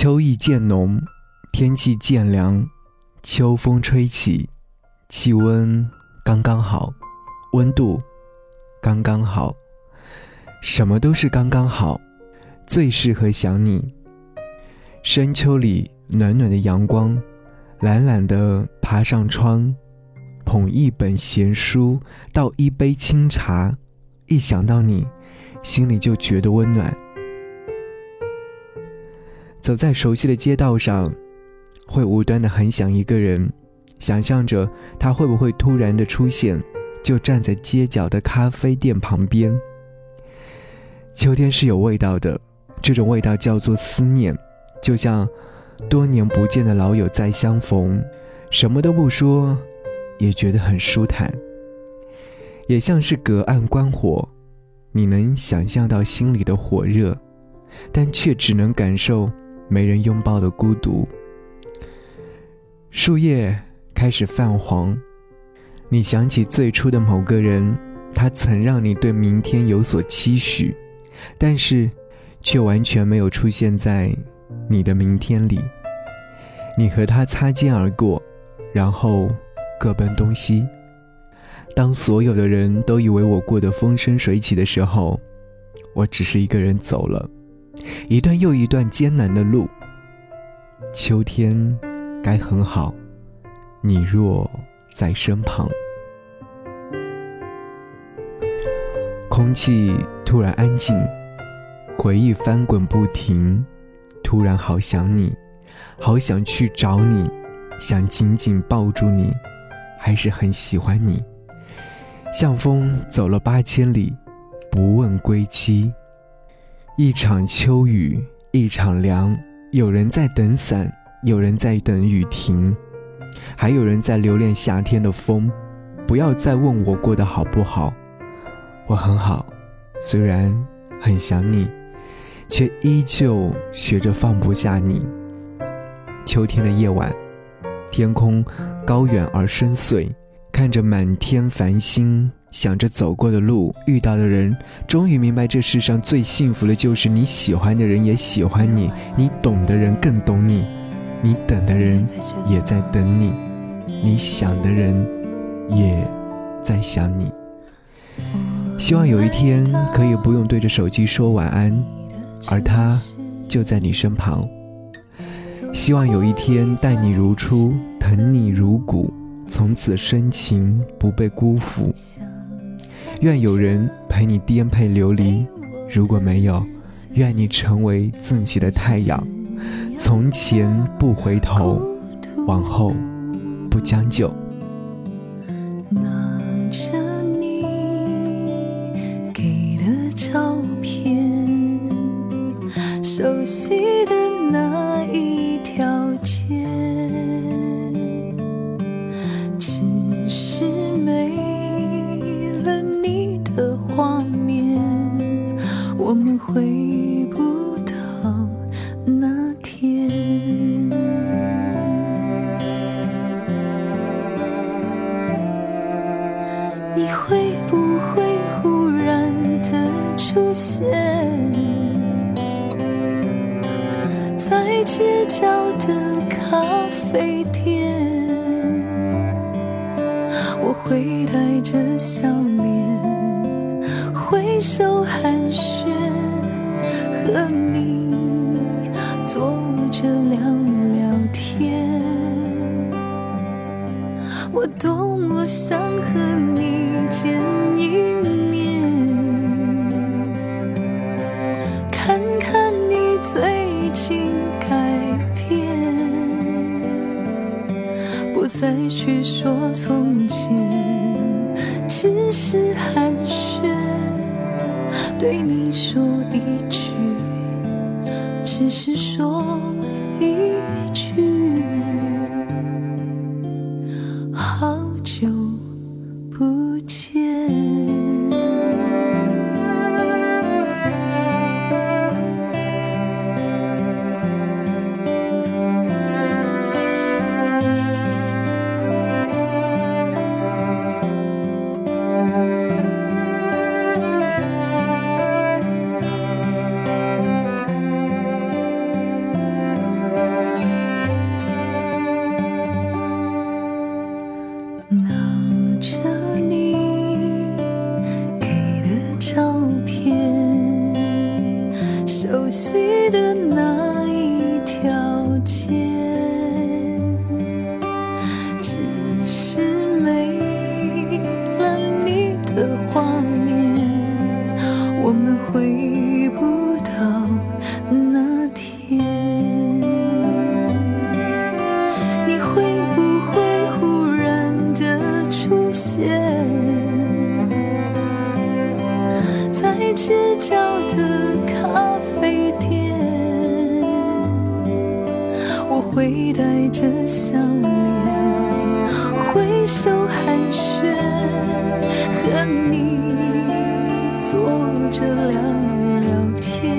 秋意渐浓，天气渐凉，秋风吹起，气温刚刚好，温度刚刚好，什么都是刚刚好，最适合想你。深秋里暖暖的阳光，懒懒地爬上窗，捧一本闲书，倒一杯清茶，一想到你，心里就觉得温暖。走在熟悉的街道上，会无端地很想一个人，想象着他会不会突然地出现，就站在街角的咖啡店旁边。秋天是有味道的，这种味道叫做思念，就像多年不见的老友再相逢，什么都不说，也觉得很舒坦。也像是隔岸观火，你能想象到心里的火热，但却只能感受没人拥抱的孤独。树叶开始泛黄，你想起最初的某个人，他曾让你对明天有所期许，但是却完全没有出现在你的明天里。你和他擦肩而过，然后各奔东西。当所有的人都以为我过得风生水起的时候，我只是一个人走了一段又一段艰难的路。秋天该很好，你若在身旁。空气突然安静，回忆翻滚不停，突然好想你，好想去找你，想紧紧抱住你，还是很喜欢你。像风走了8000里，不问归期。一场秋雨一场凉，有人在等伞，有人在等雨停，还有人在留恋夏天的风。不要再问我过得好不好，我很好，虽然很想你，却依旧学着放不下你。秋天的夜晚，天空高远而深邃，看着满天繁星，想着走过的路，遇到的人，终于明白这世上最幸福的就是你喜欢的人也喜欢你，你懂的人更懂你，你等的人也在等你，你想的人也在想你。希望有一天可以不用对着手机说晚安，而他就在你身旁。希望有一天待你如初，疼你如骨，从此深情不被辜负。愿有人陪你颠沛流离，如果没有，愿你成为自己的太阳，从前不回头，往后不将就。 拿着你给的照片，熟悉的那一条街，只是没了你的画面，我们回不到那天。你会不会忽然的出现在街角的咖啡店？我会带着笑脸挥手寒暄，和你坐着聊聊天。我多么想和你见一面，看看你最近改变，不再去说从前，只是寒暄，对你说一句，只是说一句，好久不见。 的那一条街，只是没了你的画面，我们回不到那天。你会不会忽然的出现在街角的咖啡店？我会带着笑脸挥手寒暄，和你坐着聊聊天。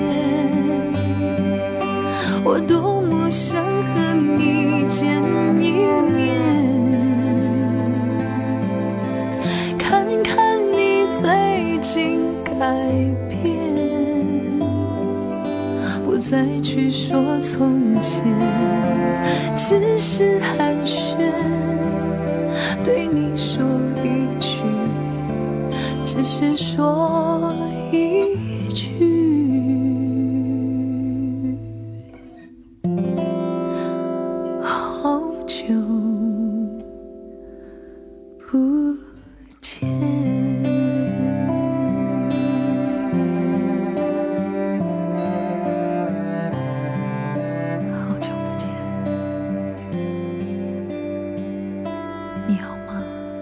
我多么想和你见一面，看看你最近改变，不再去说从前，只是寒暄，对你说一句，只是说一句，好久不见。好久不见，你好吗？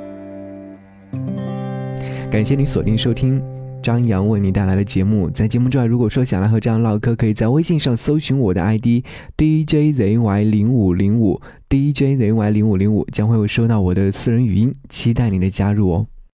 感谢你锁定收听张扬为你带来的节目。在节目之外，如果说想来和张扬唠嗑，可以在微信上搜寻我的 ID DJZY0505 DJZY0505，将会收到我的私人语音，期待你的加入哦。